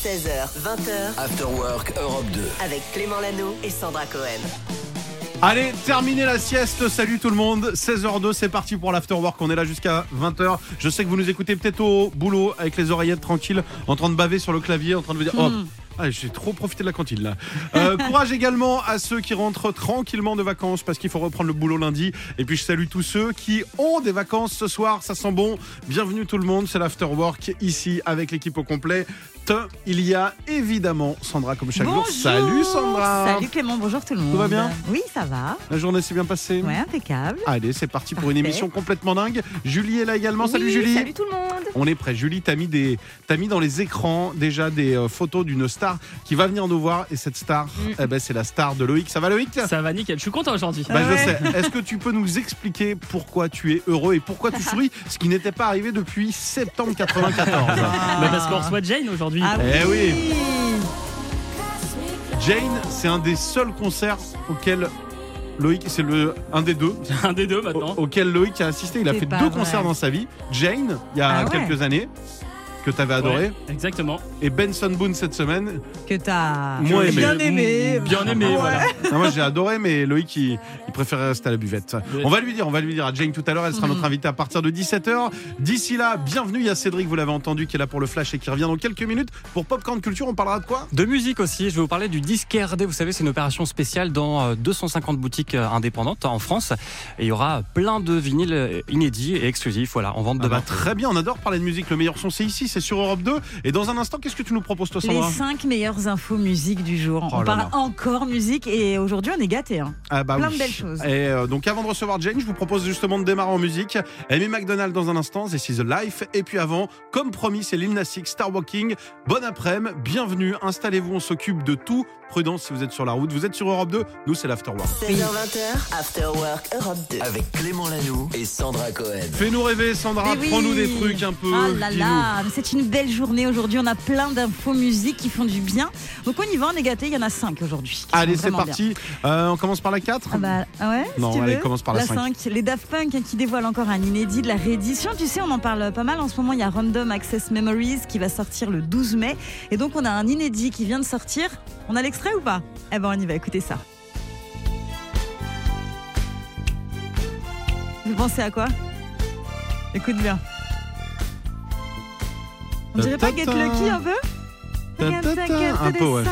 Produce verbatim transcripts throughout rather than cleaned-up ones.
seize heures, vingt heures. After Work Europe deux. Avec Clément Lano et Sandra Cohen. Allez, terminez la sieste, salut tout le monde, seize heures deux, c'est parti pour l'afterwork, on est là jusqu'à vingt heures. Je sais que vous nous écoutez peut-être au boulot avec les oreillettes tranquilles, en train de baver sur le clavier, en train de vous dire oh, ah, j'ai trop profité de la cantine là. Euh, courage également à ceux qui rentrent tranquillement de vacances parce qu'il faut reprendre le boulot lundi. Et puis je salue tous ceux qui ont des vacances ce soir, ça sent bon. Bienvenue tout le monde, c'est l'afterwork ici avec l'équipe au complet. Il y a évidemment Sandra comme chaque bonjour. jour. Salut Sandra. Salut Clément, bonjour tout le monde. Tout va bien ? Oui, ça va. La journée s'est bien passée ? Ouais, impeccable. Allez, c'est parti pour Parfait. une émission complètement dingue. Julie est là également. Oui, salut Julie. Salut tout le monde. On est prêt. Julie, t'as mis, des, t'as mis dans les écrans déjà des euh, photos d'une star qui va venir nous voir. Et cette star, mm. eh ben, c'est la star de Loïc. Ça va Loïc ? Ça va nickel, je suis content aujourd'hui. Bah, ouais. Je sais. Est-ce que tu peux nous expliquer pourquoi tu es heureux et pourquoi tu souris ? Ce qui n'était pas arrivé depuis septembre quatre-vingt-quatorze. Ah. Bah parce qu'on reçoit Jane aujourd'hui. Ah Eh oui. oui. Jane, c'est un des seuls concerts auxquels Loïc, c'est le un des deux. Un des deux maintenant. Au, auquel Loïc a assisté. Il a C'est fait pas deux vrai. concerts dans sa vie. Jane, il y a Ah ouais. quelques années, que tu avais adoré. Ouais, exactement. Et Benson Boone cette semaine. Que t'as Moins aimé. bien aimé. Bien aimé, Ouais. voilà. Non, moi j'ai adoré, mais Loïc il, il préférait rester à la buvette. Ouais. On va lui dire, on va lui dire à Jane tout à l'heure. Elle sera Mhm. notre invitée à partir de dix-sept heures. D'ici là, bienvenue. Il y a Cédric, vous l'avez entendu, qui est là pour le flash et qui revient dans quelques minutes pour Popcorn Culture. On parlera de quoi ? De musique aussi, je vais vous parler du disque R D. Vous savez, c'est une opération spéciale dans euh, deux cent cinquante boutiques euh, indépendantes en France. Et il y aura plein de vinyles euh, inédits et exclusifs, voilà, en vente Ah demain. bah, très bien, on adore parler de musique. Le meilleur son, c'est ici, c'est sur Europe deux. Et dans un instant, qu'est-ce que tu nous proposes, toi, Les Sandra ? cinq meilleures infos musique du jour. Oh on là parle là. encore musique et aujourd'hui on est gâtés. Hein. Ah bah Plein oui. de belles choses. Et euh, donc avant de recevoir Jane, je vous propose justement de démarrer en musique. Amy McDonald dans un instant, This is the Life. Et puis avant, comme promis, c'est Lil Nas X, Star Walking. Bon après-midi, bienvenue, installez-vous, on s'occupe de tout. Prudence si vous êtes sur la route, vous êtes sur Europe deux, nous c'est l'Afterwork. seize heures, vingt heures, After Work Europe deux. Avec Clément Lanoux et Sandra Cohen. Fais-nous rêver Sandra, Eh oui. prends-nous des trucs un peu. Ah là dis-nous. là, mais c'est une belle journée aujourd'hui. On a plein d'infos musique qui font du bien. Donc on y va, on est gâtés. Il y en a cinq aujourd'hui. qui Allez, sont c'est vraiment parti. Euh, on commence par la quatre. Ah bah ah ouais, Non, si tu allez, veux. commence par la cinq. cinq. Les Daft Punk hein, qui dévoilent encore un inédit de la réédition. Tu sais, on en parle pas mal en ce moment. Il y a Random Access Memories qui va sortir le douze mai. Et donc on a un inédit qui vient de sortir. On a l'extrait ou pas ? Eh ben on y va, écoutez ça. Vous pensez à quoi ? Écoute bien. On dirait pas Get Lucky un peu ? Un peu, ouais.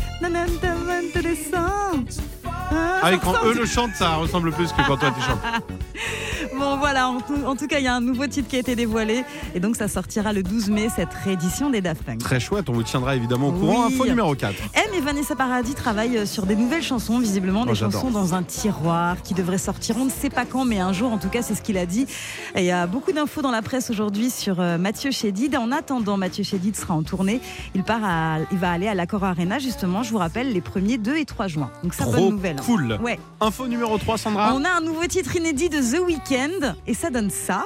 Ah, et quand eux le chantent, ça ressemble plus que quand toi tu chantes. Bon voilà, en tout, en tout cas il y a un nouveau titre qui a été dévoilé et donc ça sortira le douze mai, cette réédition des Daft Punk. Très chouette, on vous tiendra évidemment au courant. Oui. Info numéro quatre. M et Vanessa Paradis travaillent sur des nouvelles chansons, visiblement des Oh, j'adore. chansons dans un tiroir qui devraient sortir, on ne sait pas quand, mais un jour en tout cas c'est ce qu'il a dit. Et il y a beaucoup d'infos dans la presse aujourd'hui sur euh, Mathieu Chédid. En attendant, Mathieu Chédid sera en tournée, il, part à, il va aller à l'Accor Arena justement, je vous rappelle, les premiers deux et trois juin. Donc ça, Trop bonne nouvelle. cool. Ouais. Info numéro trois, Sandra. On a un nouveau titre inédit de The Weeknd et ça donne ça.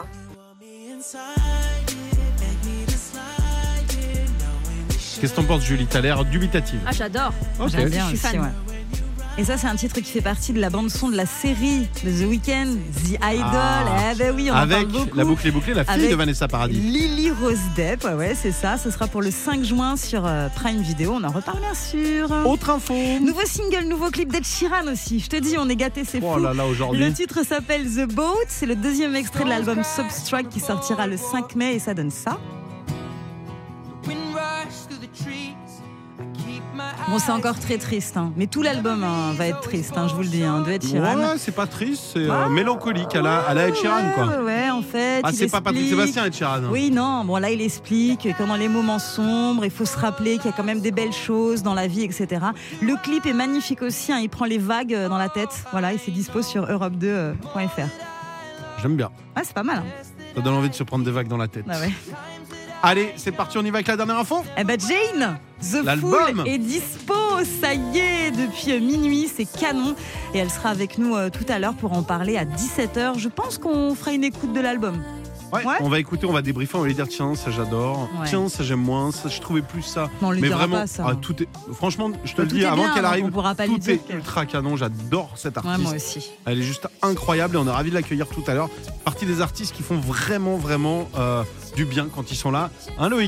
Qu'est-ce que t'en penses, Julie ? T'as l'air dubitative. Ah, j'adore. Ok. J'aime bien Je suis aussi, fan. ouais. Et ça, c'est un titre qui fait partie de la bande-son de la série de The Weeknd, The Idol. Ah. Eh ben oui, on en Avec parle beaucoup. la boucle est bouclée, la fille Avec de Vanessa Paradis. Lily Rose Depp, ouais, ouais, c'est ça. Ce sera pour le cinq juin sur euh, Prime Video. On en reparle bien sûr. Autre info. Nouveau single, nouveau clip d'Ed Sheeran aussi. Je te dis, on est gâtés, c'est Oh fou. là là, aujourd'hui. Le titre s'appelle The Boat. C'est le deuxième extrait de l'album Substract qui sortira le cinq mai et ça donne ça. Bon, c'est encore très triste, hein. Mais tout l'album hein, va être triste, hein, je vous le dis, hein, de Ed Sheeran. Ouais, c'est pas triste, c'est euh, Ouais. mélancolique à la, à la Ed Sheeran, quoi. Ouais, ouais, en fait. Ah, il c'est pas Patrick explique- Sébastien, Ed Sheeran. Oui, non, bon là il explique que dans les moments sombres, il faut se rappeler qu'il y a quand même des belles choses dans la vie, et cetera. Le clip est magnifique aussi, hein, il prend les vagues dans la tête, voilà, et c'est dispo sur europe deux point f r. J'aime bien. Ouais, c'est pas mal. Hein. Ça donne envie de se prendre des vagues dans la tête. Ah ouais. Allez, c'est parti, on y va avec la dernière info. Eh ben Jane, The L'album. Fool est dispo, ça y est, depuis minuit, c'est canon. Et elle sera avec nous euh, tout à l'heure pour en parler à dix-sept heures. Je pense qu'on fera une écoute de l'album. Ouais, Ouais. on va écouter, on va débriefer, on va lui dire tiens, ça j'adore, Ouais. tiens, ça j'aime moins, ça je trouvais plus ça. Non, on lui Mais dira vraiment, pas ça. ah, tout est, franchement, je te Tout le dis, est avant bien, qu'elle donc arrive, on pourra pas lui tout dire est que- ultra canon, j'adore cette Ouais, artiste. moi aussi. Elle est juste incroyable et on est ravis de l'accueillir tout à l'heure. Partie des artistes qui font vraiment, vraiment euh, du bien quand ils sont là. Hein, Loïc ?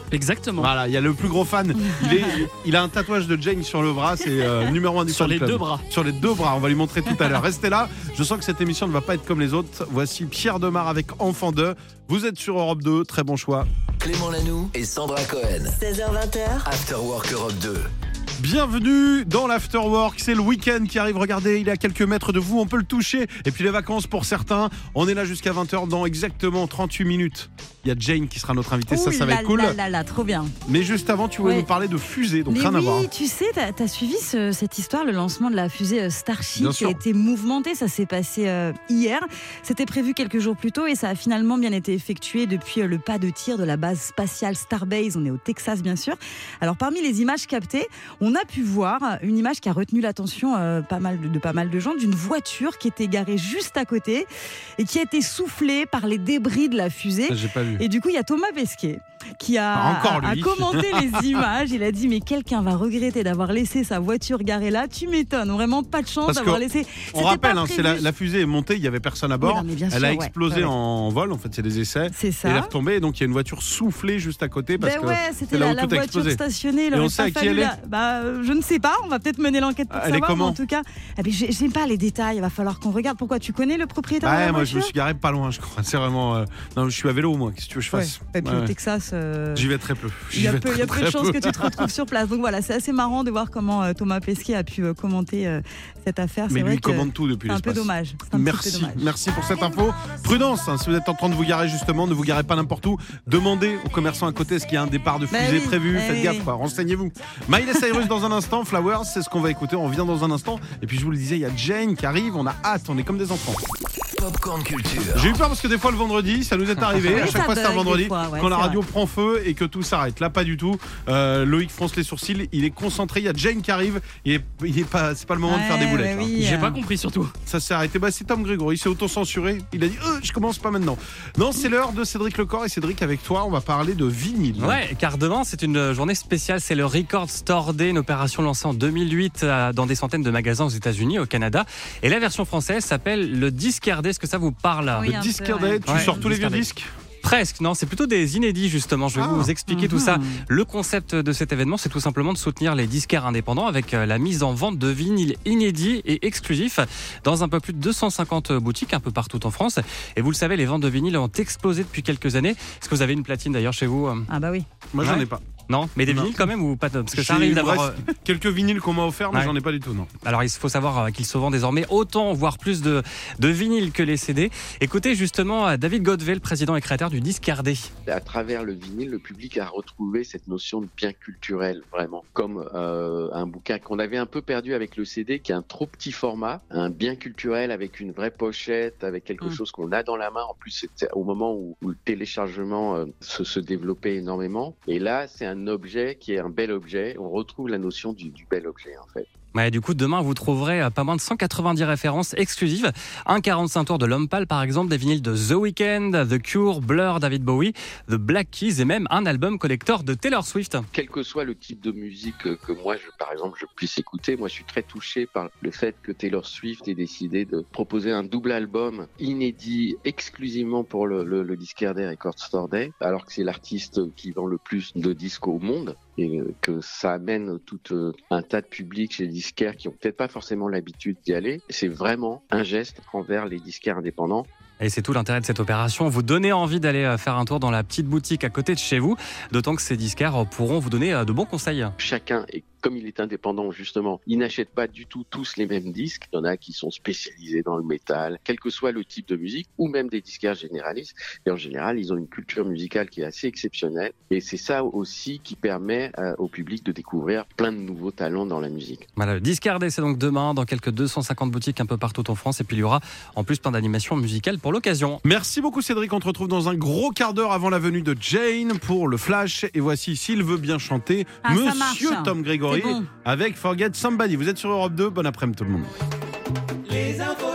Exactement. Voilà, il y a le plus gros fan. Il, est, il a un tatouage de Jane sur le bras, c'est euh, numéro un du Sur fan les club. deux bras. Sur les deux bras, on va lui montrer tout à l'heure. Restez là, je sens que cette émission ne va pas être comme les autres. Voici Pierre Demar avec Enfant deux. Vous êtes sur Europe deux, très bon choix. Clément Lanoux et Sandra Cohen. seize heures vingt. After Work Europe deux. Bienvenue dans l'Afterwork, c'est le week-end qui arrive, regardez, il est à quelques mètres de vous, on peut le toucher. Et puis les vacances pour certains, on est là jusqu'à vingt heures dans exactement trente-huit minutes. Il y a Jane qui sera notre invitée, ça, Ouh ça va là être cool. là là là, trop bien. Mais juste avant, tu voulais Ouais. nous parler de fusée, donc Mais rien oui, à voir. tu sais, t'as as suivi ce- cette histoire, le lancement de la fusée euh, Starship Bien qui sûr. a été mouvementée. Ça s'est passé euh, hier. C'était prévu quelques jours plus tôt et ça a finalement bien été effectué depuis euh, le pas de tir de la base spatiale Starbase. On est au Texas, bien sûr. Alors, parmi les images captées, on a pu voir une image qui a retenu l'attention euh, pas mal de, de pas mal de gens, d'une voiture qui était garée juste à côté et qui a été soufflée par les débris de la fusée. Ça, j'ai pas vu. Et du coup, il y a Thomas Pesquet qui a, Encore a- a lui. commenté les images. Il a dit mais quelqu'un va regretter d'avoir laissé sa voiture garée là. Tu m'étonnes, vraiment pas de chance Parce d'avoir que laissé. On C'était rappelle, pas hein, c'est la, prévu. la fusée est montée, il y avait personne à bord. Oui, non, mais bien Elle sûr, a ouais. explosé Ouais, ouais. en vol, en fait, c'est des essais. C'est Et ça. elle est retombée, et donc il y a une voiture soufflée juste à côté parce Ben que ouais, c'est c'était là la, où la tout a voiture explosé. stationnée. Il Et on aurait sait pas à qui fallu elle est la- bah, euh, je ne sais pas. On va peut-être mener l'enquête pour Elle est savoir. Mais comment en tout cas, eh ben, j'ai j'ai pas les détails. Il va falloir qu'on regarde. Pourquoi tu connais le propriétaire de Ouais, la moi je me voiture suis garé pas loin, je crois. C'est vraiment. euh, Non, je suis à vélo, moi. Qu'est-ce que tu veux que je Ouais. fasse Et puis Ouais, au ouais. Texas. euh, J'y vais très peu. Il y J'y a vais peu, il y a très, peu de très chances que tu te retrouves sur place. Donc voilà, c'est assez marrant de voir comment euh, Thomas Pesquet a pu euh, commenter euh, cette affaire. Mais C'est lui, vrai il que commande tout depuis c'est un peu l'espace. dommage. C'est un petit peu Merci, dommage. merci pour cette info. Prudence, hein, si vous êtes en train de vous garer justement, ne vous garez pas n'importe où. Demandez aux commerçants à côté est-ce qu'il y a un départ de Bah fusée oui, prévu. bah Faites oui. gaffe, quoi. Renseignez-vous. Miley Cyrus dans un instant, Flowers, c'est ce qu'on va écouter. On revient dans un instant. Et puis je vous le disais, il y a Jane qui arrive. On a hâte, on est comme des enfants. Popcorn Culture. J'ai eu peur parce que des fois le vendredi, ça nous est arrivé. Oui, à chaque ça fois c'est un bug vendredi des fois, ouais, quand la c'est radio prend feu et que tout s'arrête. Là pas du tout. Euh, Loïc fronce les sourcils, il est concentré. Il y a Jane qui arrive. Il est, il est pas, c'est pas le moment de faire des Ouais, boulettes. ouais, là. oui, J'ai euh, pas compris surtout. Ça s'est arrêté. Bah, c'est Tom Grégory, il s'est auto-censuré. Il a dit euh, je commence pas maintenant. Non, c'est l'heure de Cédric Lecor et Cédric avec toi, on va parler de vinyle. Ouais, car demain, c'est une journée spéciale. C'est le Record Store Day, une opération lancée en deux mille huit euh, dans des centaines de magasins aux États-Unis, au Canada. Et la version française s'appelle le Disquaire Day. Est-ce que ça vous parle? Oui, Le un disque peu, ouais. Day, tu Ouais, sors tous les vieux Disque Day. disques. Presque, non, c'est plutôt des inédits justement. Je vais Ah. vous expliquer tout ça. Mhm. Le concept de cet événement, c'est tout simplement de soutenir les disquaires indépendants avec euh, la mise en vente de vinyles inédits et exclusifs dans un peu plus de deux cent cinquante boutiques un peu partout en France. Et vous le savez, les ventes de vinyles ont explosé depuis quelques années. Est-ce que vous avez une platine d'ailleurs chez vous? euh Ah bah oui. Moi j'en Ouais. ai pas. Non, mais des Non. vinyles quand même ou pas de- Parce que ça J'ai- arrive il me d'avoir. reste quelques vinyles qu'on m'a offert, mais Ouais. j'en ai pas du tout, non. Alors il faut savoir euh, qu'il se vend désormais autant, voire plus de, de vinyles que les C D. Écoutez justement euh, David Godvet, le président et créateur du Disquaire Day. À travers le vinyle, le public a retrouvé cette notion de bien culturel, vraiment, comme euh, un bouquin qu'on avait un peu perdu avec le C D, qui est un trop petit format, un bien culturel avec une vraie pochette, avec quelque Mm. chose qu'on a dans la main. En plus, c'était au moment où, où le téléchargement euh, se, se développait énormément. Et là, c'est un objet qui est un bel objet. On retrouve la notion du, du bel objet, en fait. Ouais, du coup, demain, vous trouverez euh, pas moins de cent quatre-vingt-dix références exclusives. Un quarante-cinq tours de L'Homme Pâle, par exemple, des vinyles de The Weeknd, The Cure, Blur, David Bowie, The Black Keys et même un album collector de Taylor Swift. Quel que soit le type de musique que, que moi, je, par exemple, je puisse écouter, moi, je suis très touché par le fait que Taylor Swift ait décidé de proposer un double album inédit exclusivement pour le, le, le Disquaire Day Record Store Day, alors que c'est l'artiste qui vend le plus de disques au monde et que ça amène tout euh, un tas de publics chez les disquaires qui ont peut-être pas forcément l'habitude d'y aller. C'est vraiment un geste envers les disquaires indépendants. Et c'est tout l'intérêt de cette opération, vous donner envie d'aller euh, faire un tour dans la petite boutique à côté de chez vous, d'autant que ces disquaires euh, pourront vous donner euh, de bons conseils. Chacun, et comme il est indépendant justement, il n'achète pas du tout tous les mêmes disques. Il y en a qui sont spécialisés dans le métal, quel que soit le type de musique, ou même des disquaires généralistes. Et en général, ils ont une culture musicale qui est assez exceptionnelle. Et c'est ça aussi qui permet euh, au public de découvrir plein de nouveaux talents dans la musique. Voilà, le Disquaire Day, c'est donc demain dans quelques deux cent cinquante boutiques un peu partout en France. Et puis il y aura en plus plein d'animations musicales pour l'occasion. Merci beaucoup Cédric, on te retrouve dans un gros quart d'heure avant la venue de Jane pour le Flash. Et voici, s'il veut bien chanter, Ah, ça Monsieur marche. Tom Grégory C'est bon. avec Forget Somebody. Vous êtes sur Europe deux, bon après-midi tout le monde.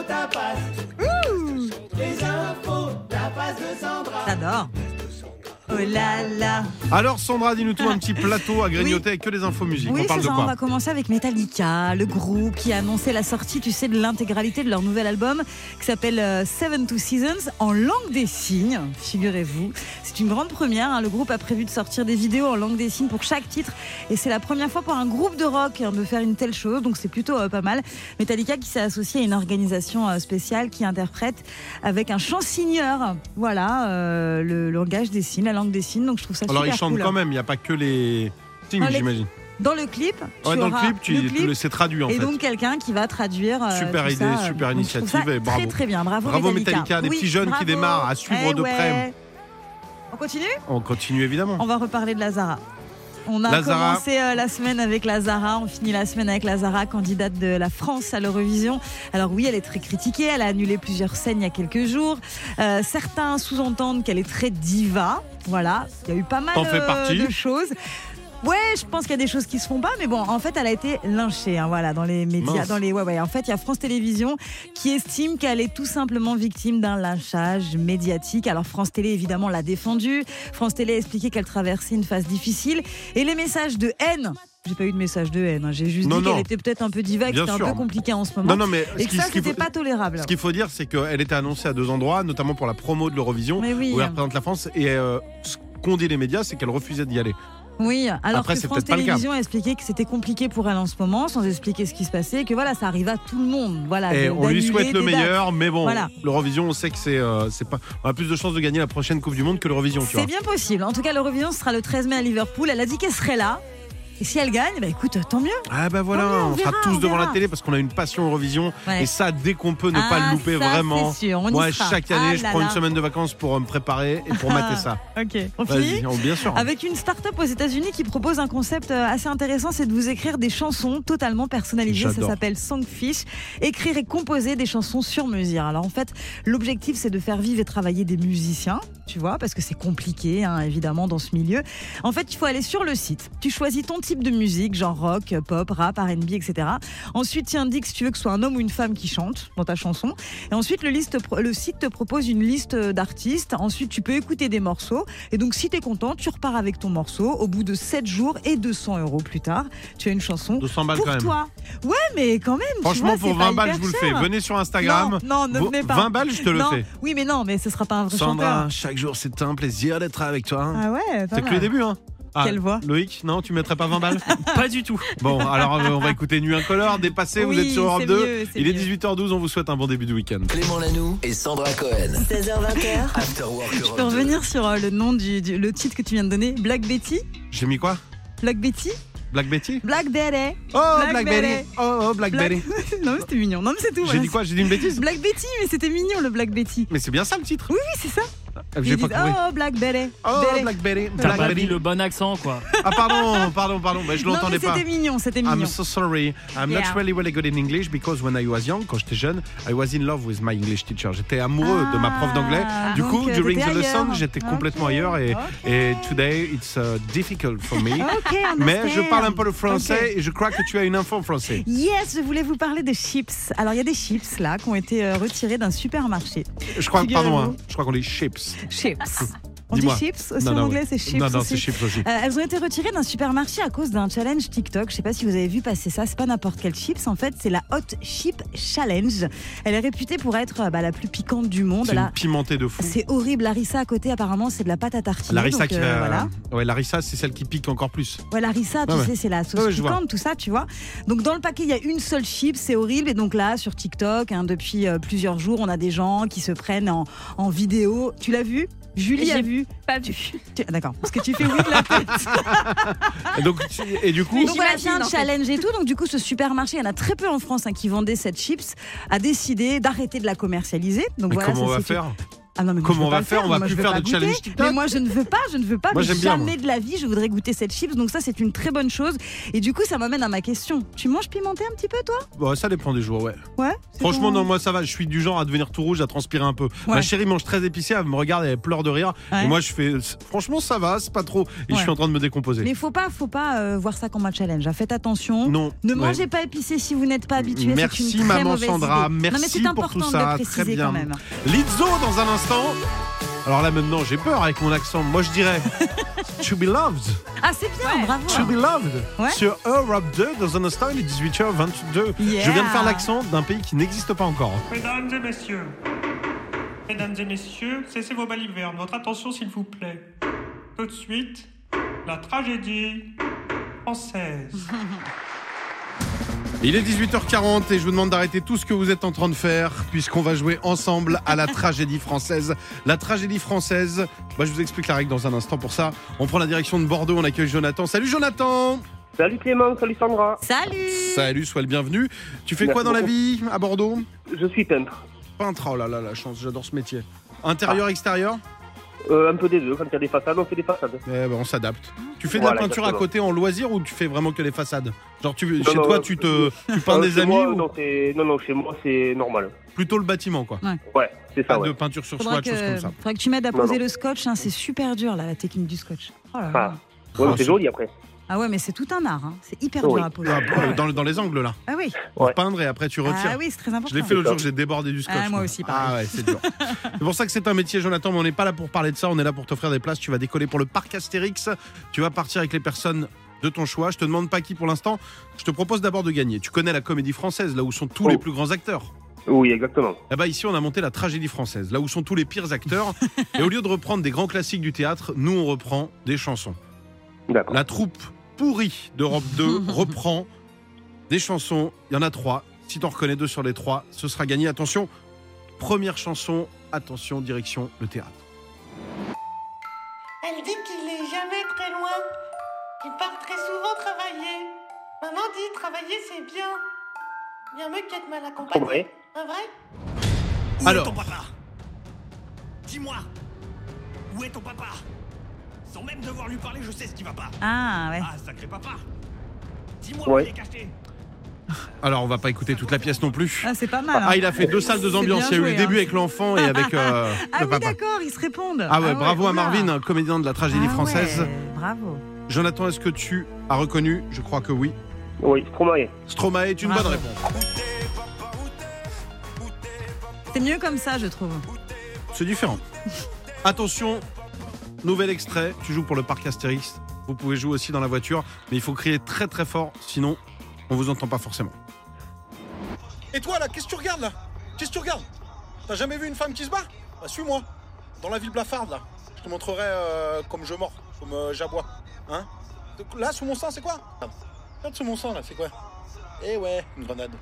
J'adore. Oh là là. Alors Sandra, dis-nous tout, un petit plateau à grignoter avec que des infos musique. Oui, on parle c'est de ça, quoi? on va commencer avec Metallica, le groupe qui a annoncé la sortie, tu sais, de l'intégralité de leur nouvel album qui s'appelle euh, Seven Two Seasons en langue des signes, figurez-vous. C'est une grande première, hein. Le groupe a prévu de sortir des vidéos en langue des signes pour chaque titre et c'est la première fois pour un groupe de rock hein, de faire une telle chose, donc c'est plutôt euh, pas mal. Metallica qui s'est associé à une organisation euh, spéciale qui interprète avec un chansigneur, voilà, euh, le langage des signes, la langue des signes, donc je trouve ça Alors super ils chantent cool. quand même, il n'y a pas que les signes, Non, les- j'imagine. Dans le clip, tu Ouais, dans le auras clip, tu, le clip c'est traduit en et fait. donc quelqu'un qui va traduire. euh, Super tout idée, ça. super Donc, je trouve initiative ça et bravo. Très très bien, bravo, Bravo Metallica. Metallica, des Oui, petits jeunes qui bravo. démarrent à suivre Eh de ouais. près. On continue. On continue évidemment. On va reparler de Lazara. On a Lazara. commencé euh, la semaine avec Lazara, on finit la semaine avec Lazara, candidate de la France à l'Eurovision. Alors oui, elle est très critiquée, elle a annulé plusieurs scènes il y a quelques jours. Euh, certains sous-entendent qu'elle est très diva. Voilà, il y a eu pas mal T'en fais euh, partie. de choses. Ouais, je pense qu'il y a des choses qui se font pas, mais bon, en fait, elle a été lynchée, hein, voilà, dans les médias, Mince. dans les, ouais, ouais. En fait, il y a France Télévisions qui estime qu'elle est tout simplement victime d'un lynchage médiatique. Alors France Télé, évidemment, l'a défendue. France Télé a expliqué qu'elle traversait une phase difficile et les messages de haine. J'ai pas eu de message de haine, hein. J'ai juste Non, dit non. qu'elle était peut-être un peu diva et que Bien c'était un sûr. peu compliqué en ce moment. Non, non, mais et ce que qui- ça, ce qu'il c'était faut- pas tolérable. Ce qu'il faut dire, c'est qu'elle était annoncée à deux endroits, notamment pour la promo de l'Eurovision, Mais oui. où elle représente la France. Et euh, ce qu'ont dit les médias, c'est qu'elle refusait d'y aller. Oui, alors Après, que c'est France peut-être pas le cas. Télévisions a expliqué que c'était compliqué pour elle en ce moment, sans expliquer ce qui se passait, et que voilà, ça arrive à tout le monde. Voilà, Et de- on lui d'annuler souhaite le des dates. meilleur, mais bon, Voilà. l'Eurovision, on sait que c'est, euh, c'est pas. On a plus de chances de gagner la prochaine Coupe du Monde que l'Eurovision, tu C'est vois. bien possible. En tout cas, l'Eurovision sera le treize mai à Liverpool. Elle a dit qu'elle serait là. Et si elle gagne, bah écoute, tant mieux. Ah bah voilà, Tant mieux, on on sera verra, tous on devant verra. la télé parce qu'on a une passion Eurovision. Ouais. Et ça, dès qu'on peut ne Ah, pas le louper ça, vraiment. c'est sûr, on y Moi, sera. chaque année, Ah je là prends une là. semaine de vacances pour euh, me préparer et pour mater ça. Ok, on finit Vas-y, oh, bien sûr. avec une start-up aux États-Unis qui propose un concept euh, assez intéressant, c'est de vous écrire des chansons totalement personnalisées. Ça J'adore. s'appelle Songfish. Écrire et composer des chansons sur mesure. Alors en fait, l'objectif c'est de faire vivre et travailler des musiciens, tu vois, parce que c'est compliqué, hein, évidemment, dans ce milieu. En fait, il faut aller sur le site. Tu choisis ton type de musique, genre rock, pop, rap, R and B, et cetera. Ensuite, tu indiques si tu veux que ce soit un homme ou une femme qui chante dans ta chanson. Et ensuite, le, liste, le site te propose une liste d'artistes. Ensuite, tu peux écouter des morceaux. Et donc, si tu es content, tu repars avec ton morceau. Au bout de sept jours et deux cents euros plus tard, tu as une chanson deux cents balles pour quand même. toi. Ouais, mais quand même. tu Franchement, vois, pour c'est pas vingt balles, hyper je vous le fais. cher. Venez sur Instagram. Non, non, ne Vous- venez pas. vingt balles, je te le Non. fais. Oui, mais non, mais ce sera pas un vrai Sandra, chanteur. chaque jour, c'est un plaisir d'être avec toi. Ah ouais, pas c'est que mal. le début, hein. Ah, Quelle voix Loïc, non, tu mettrais pas vingt balles? Pas du tout. Bon, alors euh, on va écouter Nuit Incolore, Dépassé, vous Oui, êtes sur Europe c'est deux. mieux, c'est Il est mieux. dix-huit heures douze, on vous souhaite un bon début de week-end. Clément Lanoux et Sandra Cohen. seize heures vingt. After Work Je Europe peux deux. revenir sur euh, le nom du, du- le titre que tu viens de donner, Black Betty. J'ai mis quoi? Black Betty. Black Betty? Black Betty. Oh, Black Black, Betty. Betty. Oh, oh, Black, Black- Betty. non mais c'était mignon. Non mais c'est tout. J'ai voilà. dit quoi? J'ai dit une bêtise? Black Betty, mais c'était mignon le Black Betty. Mais c'est bien ça le titre? Oui, oui, c'est ça. J'ai Ils pas disent, compris. oh Black Betty. Oh, Betty. Black Betty. T'as Black pas Betty. mis le bon accent, quoi. Ah, pardon, pardon, pardon. Bah, je Non l'entendais mais pas. c'était mignon, c'était mignon. I'm so sorry. I'm not Yeah. really really good in English because when I was young, quand j'étais jeune, I was in love with my English teacher. J'étais amoureux de ma prof d'anglais. Ah, Du donc, coup, euh, during t'étais the lesson, ailleurs. j'étais complètement Ok, ailleurs et, ok. et today it's uh, difficult for me. Ok, Mais je understand. parle un peu le français Ok. et je crois que tu as une info en français. Yes, je voulais vous parler des chips. Alors il y a des chips là qui ont été euh, retirés d'un supermarché. Je crois, Figurez-vous. pardon, hein, je crois qu'on dit chips. Chips. On dit Dis-moi. chips aussi Non, en non, anglais, oui. c'est chips Non, non, aussi. c'est chips aussi. Euh, elles ont été retirées d'un supermarché à cause d'un challenge TikTok. Je sais pas si vous avez vu passer ça. C'est pas n'importe quel chips. En fait, c'est la Hot Chip Challenge. Elle est réputée pour être euh, bah, la plus piquante du monde. C'est Là, une pimentée de fou. c'est horrible. Larissa à côté, apparemment, c'est de la pâte à tartiner. Larissa donc, qui euh, va- voilà. Ouais, Larissa, c'est celle qui pique encore plus. Ouais, Larissa, tu Ouais, ouais. sais, c'est la sauce Ouais, ouais, je vois. piquante, tout ça, tu vois. Donc dans le paquet, il y a une seule chip, c'est horrible. Et donc là, sur TikTok, hein, depuis euh, plusieurs jours, on a des gens qui se prennent en, en vidéo. Tu l'as vu? Julie a J'ai vu. Pas vu. Tu- ah, D'accord, parce que tu fais oui de la tête. Et, donc, tu- et du coup, Mais Donc voilà, c'est un j'imagine, en fait. challenge et tout. Donc du coup, ce supermarché, il y en a très peu en France hein, qui vendaient cette chips, a décidé d'arrêter de la commercialiser. Donc mais voilà, comment on ça, va c'est faire? Ah non, mais moi, Comment je veux on pas va le faire On Moi, va je plus veux faire pas de goûter. challenge TikTok. Mais moi, je ne veux pas, je ne veux pas. Moi, mais j'aime bien, jamais de la vie, je voudrais goûter cette chips. Donc ça, c'est une très bonne chose. Et du coup, ça m'amène à ma question. Tu manges pimenté un petit peu, toi? Bon, ça dépend des jours, ouais. Ouais. c'est Franchement, ton- non, moi ça va. Je suis du genre à devenir tout rouge, à transpirer un peu. Ma Ouais. chérie mange très épicé, elle me regarde et elle pleure de rire. Ouais. Et moi, je fais. Franchement, ça va, c'est pas trop. Et Ouais. je suis en train de me décomposer. Mais faut pas, faut pas euh, voir ça comme un challenge. hein. Faites attention. Non. Ne ouais. mangez pas épicé si vous n'êtes pas habitué. Merci, c'est une très maman mauvaise Sandra. idée. Merci non, mais c'est pour important tout de ça. le Très préciser bien. quand même. Lizzo dans un instant. l'instant. Alors là maintenant j'ai peur avec mon accent. Moi je dirais To Be Loved. Ah, c'est bien, bravo. To Be Loved. Ouais. Sur Europe deux dans un instant, il est dix-huit heures vingt-deux. Yeah. Je viens de faire l'accent d'un pays qui n'existe pas encore. Mesdames et messieurs, mesdames et messieurs, cessez vos balivernes. Votre attention, s'il vous plaît. Tout de suite, la tragédie française. Il est dix-huit heures quarante et je vous demande d'arrêter tout ce que vous êtes en train de faire puisqu'on va jouer ensemble à la tragédie française. La tragédie française, bah, je vous explique la règle dans un instant. Pour ça, on prend la direction de Bordeaux, on accueille Jonathan. Salut Jonathan. Salut Clément, salut Sandra. Salut. Salut, sois le bienvenu. Tu fais Merci quoi dans la beaucoup. vie à Bordeaux? Je suis peintre. Peintre, oh là là, la chance, j'adore ce métier. Intérieur, extérieur? Euh, un peu des deux. Quand il y a des façades, on fait des façades. Eh ben, on s'adapte. Tu fais de Voilà, la peinture à exactement. côté en loisir ou tu fais vraiment que les façades? Genre tu, Non, chez non, toi euh, tu te tu peins Euh, des chez amis moi, ou non, c'est- non, non, chez moi c'est normal. plutôt le bâtiment quoi? Ouais, c'est Pas ça. Ouais. de peinture sur Faudra swatch, choses comme que, ça. faudra que tu m'aides à Non, poser non. le scotch, hein, c'est super dur là, la technique du scotch. Oh là là. Ah. Ouais, mais c'est joli après. Ah ouais, mais c'est tout un art, hein. C'est hyper Oui. dur à poser. Ah, euh, dans, dans les angles là. Ah oui, Pour Ouais. peindre et après tu retires. ah oui, c'est très important. Je l'ai fait l'autre jour, j'ai débordé du scotch. Ah, moi aussi, pareil. Ah ouais, c'est dur. C'est pour ça que c'est un métier, Jonathan, mais on n'est pas là pour parler de ça, on est là pour t'offrir des places. Tu vas décoller pour le parc Astérix. Tu vas partir avec les personnes de ton choix. Je te demande pas qui pour l'instant. Je te propose d'abord de gagner. Tu connais la comédie française, là où sont tous Oh. les plus grands acteurs. Oui, exactement. Eh ben ici, on a monté la tragédie française, là où sont tous les pires acteurs. Et au lieu de reprendre des grands classiques du théâtre, nous, on reprend des chansons. D'accord. La troupe pourrie d'Europe deux reprend des chansons. Il y en a trois. Si t'en reconnais deux sur les trois, ce sera gagné. Attention, première chanson. Attention, direction le théâtre. Elle dit qu'il est jamais très loin, qu'il part très souvent travailler. Maman dit travailler c'est bien, bien mieux qu'être mal accompagné. Ouais. Un vrai? Où Alors. est ton papa? Dis-moi, où est ton papa? Sans même devoir lui parler, je sais ce qui va pas. Ah ouais. Ah, sacré papa. Dis-moi Ouais. où il est caché. Alors, on va pas écouter toute la pièce non plus. Ah, c'est pas mal. hein. Ah, il a fait deux salles, deux C'est ambiances. Il y a eu bien le joué, début hein. avec l'enfant et avec euh, Ah le oui, papa. d'accord, ils se répondent. Ah ouais, bravo à oula. Marvin, un comédien de la tragédie Ah française. ouais, bravo. Jonathan, est-ce que tu as reconnu? Je crois que oui. Oui, Stromae. Stromae est une Bravo. bonne réponse. C'est mieux comme ça, je trouve. C'est différent. Attention, nouvel extrait. Tu joues pour le parc Astérix. Vous pouvez jouer aussi dans la voiture, mais il faut crier très très fort, sinon on vous entend pas forcément. Et toi là, qu'est-ce que tu regardes là? Qu'est-ce que tu regardes? T'as jamais vu une femme qui se bat? Bah suis-moi, dans la ville blafarde là. Je te montrerai euh, comme je mords, comme euh, j'aboie. Hein? Là, sous mon sang, c'est quoi? Regarde sous mon sang là, c'est quoi? Eh ouais, une grenade.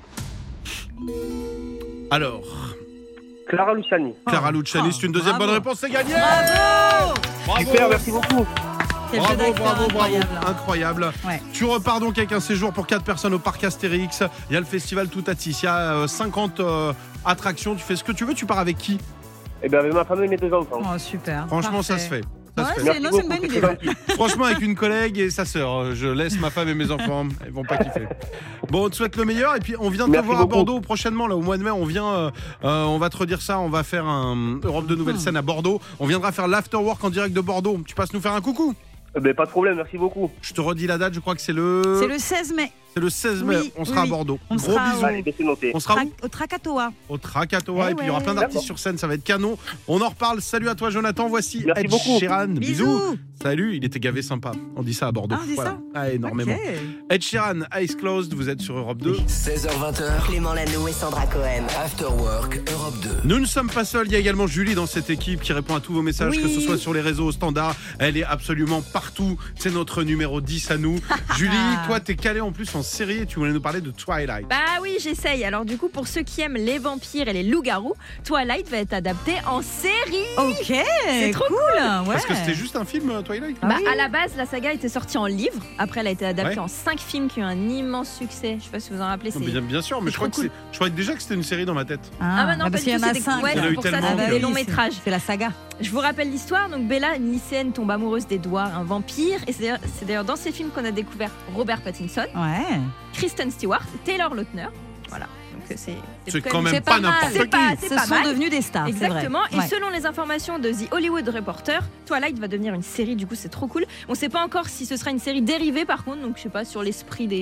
Alors, Clara Luciani. Clara Luciani, c'est une deuxième bravo. bonne réponse, c'est gagné. Bravo. Bravo. Super, merci beaucoup. Quel jeu Bravo, d'acteur bravo, bravo, incroyable. incroyable. Ouais. Tu repars donc avec un séjour pour quatre personnes au parc Astérix. Il y a le festival Toutatis, il y a euh, cinquante euh, attractions. Tu fais ce que tu veux, tu pars avec qui? Eh bien, avec ma femme et mes deux enfants. Oh, super. Franchement, ça Parfait. se fait. Ça Ouais, se fait. c'est, Merci non, c'est une beaucoup, bonne c'est idée. très gentil. Franchement, avec une collègue et sa sœur, je laisse ma femme et mes enfants, ils vont pas kiffer. Bon, on te souhaite le meilleur et puis on vient de te Merci voir à beaucoup. Bordeaux prochainement, là au mois de mai, on vient, euh, euh, on va te redire ça, on va faire un Europe de nouvelles scènes à Bordeaux. On viendra faire l'afterwork en direct de Bordeaux. Tu passes nous faire un coucou? Eh ben, pas de problème, merci beaucoup. Je te redis la date, je crois que c'est le, C'est le seize mai. c'est le seize mai. Oui, on sera oui, à Bordeaux. on Gros sera, bisous. Allez, ben, c'est noté. On sera Tra- où? au Trakatoa. Au Trakatoa Eh et puis il y aura ouais. plein d'artistes D'accord. sur scène, ça va être canon. On en reparle. Salut à toi Jonathan, voici Merci Ed beaucoup. Sheeran. Bisous. Salut, il était gavé sympa. On dit ça à Bordeaux. Ah, on dit ça Ah, énormément. Ok. Ed Sheeran, Eyes Closed, vous êtes sur Europe deux. seize heures vingt, Clément Lanoux et Sandra Cohen. After Work Europe deux. Nous ne sommes pas seuls, il y a également Julie dans cette équipe qui répond à tous vos messages, Oui. que ce soit sur les réseaux standards. Elle est absolument partout. C'est notre numéro dix à nous. Julie, toi, t'es calée en plus en série et tu voulais nous parler de Twilight. Bah oui, j'essaye. Alors du coup, pour ceux qui aiment les vampires et les loups-garous, Twilight va être adapté en série. Ok, C'est trop cool. Ouais. Parce que c'était juste un film, euh, Twilight. Ah Bah, oui. à la base, la saga était sortie en livre. Après, elle a été adaptée Ouais. en cinq films qui ont un immense succès. Je sais pas si vous en rappelez. Non, C'est... bien, bien sûr, mais c'est je crois, trop que c'est- je croyais déjà que c'était une série dans ma tête. Ah, bah non, bah pas parce du qu'il y tout, en a c'était- cinq. ouais, Il y en a eu pour ça, tellement c'est que- des oui, longs c'est- métrages. C'est la saga. Je vous rappelle l'histoire. Donc Bella, une lycéenne, tombe amoureuse d'Edward, un vampire. Et c'est d'ailleurs, c'est d'ailleurs dans ces films qu'on a découvert Robert Pattinson, Ouais. Kristen Stewart, Taylor Lautner. Voilà. Donc c'est, C'est quand quand même c'est pas pas mal. n'importe C'est qui. pas- c'est Ce pas sont mal. devenus des stars, c'est vrai. Exactement. Et Ouais. selon les informations de The Hollywood Reporter, Twilight va devenir une série. Du coup, c'est trop cool. On ne sait pas encore si ce sera une série dérivée, par contre. Donc, je sais pas sur l'esprit des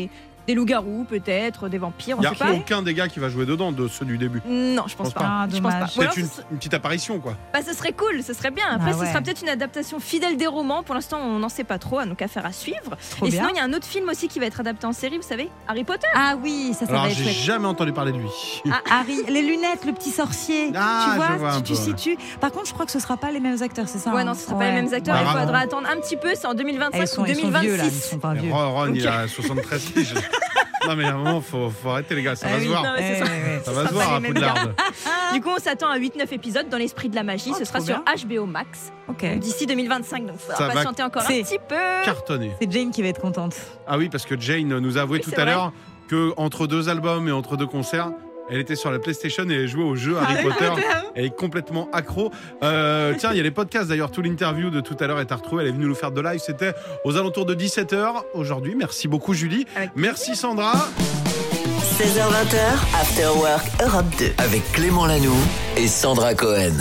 Des loups-garous, peut-être, des vampires, Il on n'y sait a pas. aucun des gars qui va jouer dedans de ceux du début. Non, je pense pense pas. pas. Ah, Je pense pas. dommage. Ou alors, C'est une, ce- une petite apparition, quoi. Bah, ce serait cool, ce serait bien. Après, Ah ce ouais. sera peut-être une adaptation fidèle des romans. Pour l'instant, on n'en sait pas trop, donc affaire à suivre. Trop Et bien. sinon, il y a un autre film aussi qui va être adapté en série, vous savez, Harry Potter. Ah oui, ça, ça Alors, va être j'ai chouette. jamais entendu parler de lui. Ah, Harry, les lunettes, le petit sorcier. Ah, tu vois, je vois un tu, tu peu, ouais. situes. Par contre, je crois que ce sera pas les mêmes acteurs, c'est ça Ouais, hein non, ce ne sera pas les mêmes acteurs. Bah, il bravo. faudra attendre un petit peu. C'est en deux mille vingt-cinq Ils sont, ou ils sont vieux là, ils deux mille vingt-six. sont pas Mais vieux. Ron, Ron, il Ok. a soixante-treize piges. Non, mais à un moment, faut, faut arrêter, les gars, ça Ah va oui. se voir. Non, mais c'est Ouais, ça. ouais, ouais. Ça ce va se sera voir pas à les mêmes Poudlard. Du coup, on s'attend à huit neuf épisodes dans l'esprit de la magie. Oh, Ce sera trop sur bien. H B O Max Ok. d'ici deux mille vingt-cinq. Donc, il Ça faudra va patienter encore un C'est- petit peu. Cartonné. C'est Jane qui va être contente. Ah oui, parce que Jane nous a avoué Oui, tout c'est à vrai. l'heure que entre deux albums et entre deux concerts, elle était sur la PlayStation et elle jouait au jeu Harry Harry Potter. Potter. Elle est complètement accro. Euh, tiens, il y a les podcasts d'ailleurs. Tout l'interview de tout à l'heure est à retrouver. Elle est venue nous faire de live. C'était aux alentours de dix-sept heures aujourd'hui. Merci beaucoup, Julie. Avec Merci, Sandra. seize heures vingt, After Work Europe deux. Avec Clément Lanoux et Sandra Cohen.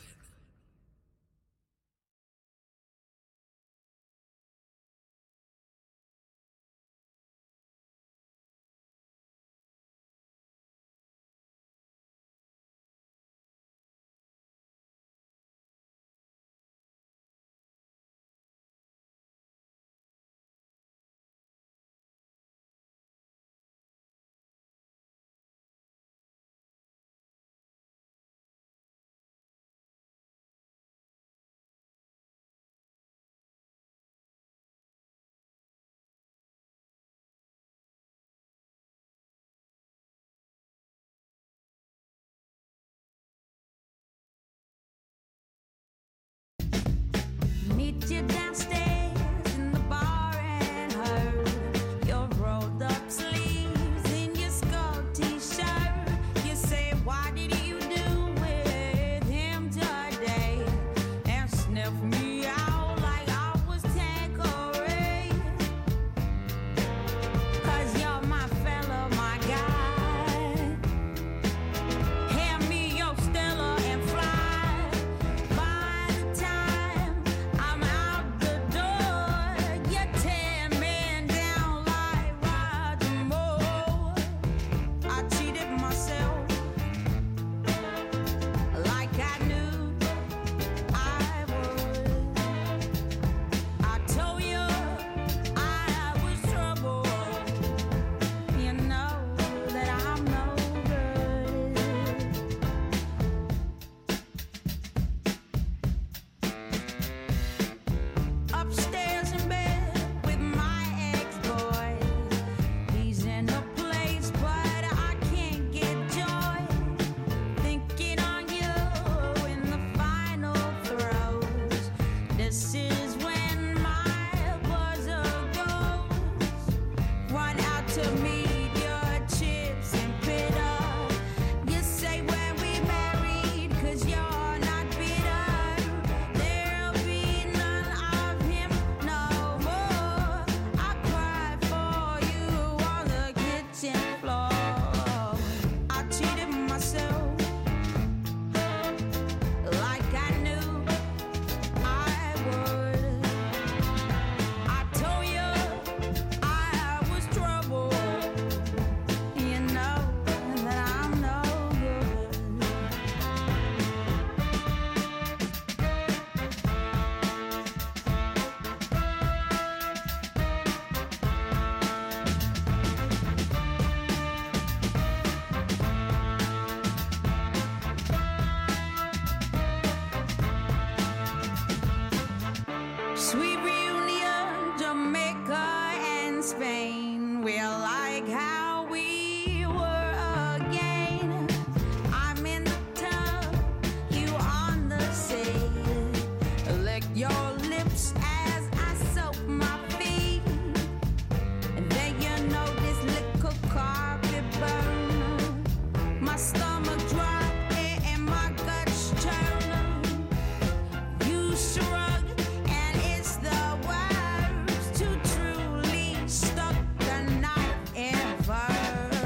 Meet you downstairs in the bar and her. Your rolled up sleeves in your skull t-shirt. You say, what did you do with him today? And sniff me out like I was Tanqueray. Cause you're my fella, my guy. Hand me your Stella and fly. By the time I'm out the door, you're ten men down like Roger Moore. I cheated myself like I knew I would. I told you I was trouble. You know that I'm no good. Upstairs in bed with my ex-boy. He's in a place, but I can't get joy. Thinking on you in the final throes. This is when my buzzer goes. Run out to meet your chips and bitter. You say when we married, cause you're not bitter. There'll be none of him no more. I cried for you on the kitchen floor. I cheated myself like I knew I would. I told you I was trouble. You know that I'm no good. Sweet reunion, Jamaica and Spain. We're like how we were again. I'm in the tub, you on the sea. Lick your lips as I soak my feet. And then you know this little carpet burn. My stomach drop and my guts turn. You shrug, and it's the worst to truly stuck the knife in first.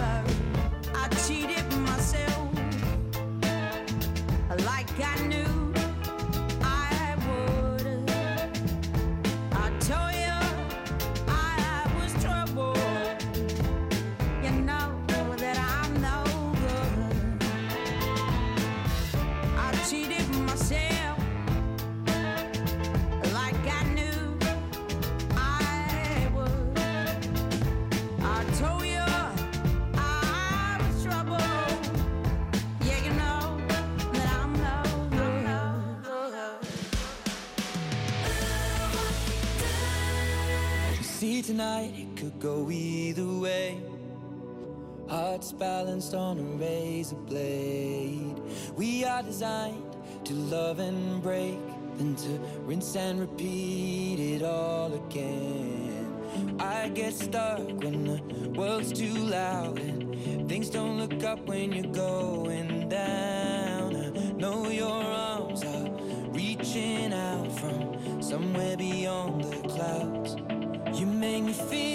tonight, it could go either way. Hearts balanced on a razor blade. We are designed to love and break, then to rinse and repeat it all again. I get stuck when the world's too loud and things don't look up when you're going down. I know your arms are reaching out from somewhere beyond the clouds. You make me feel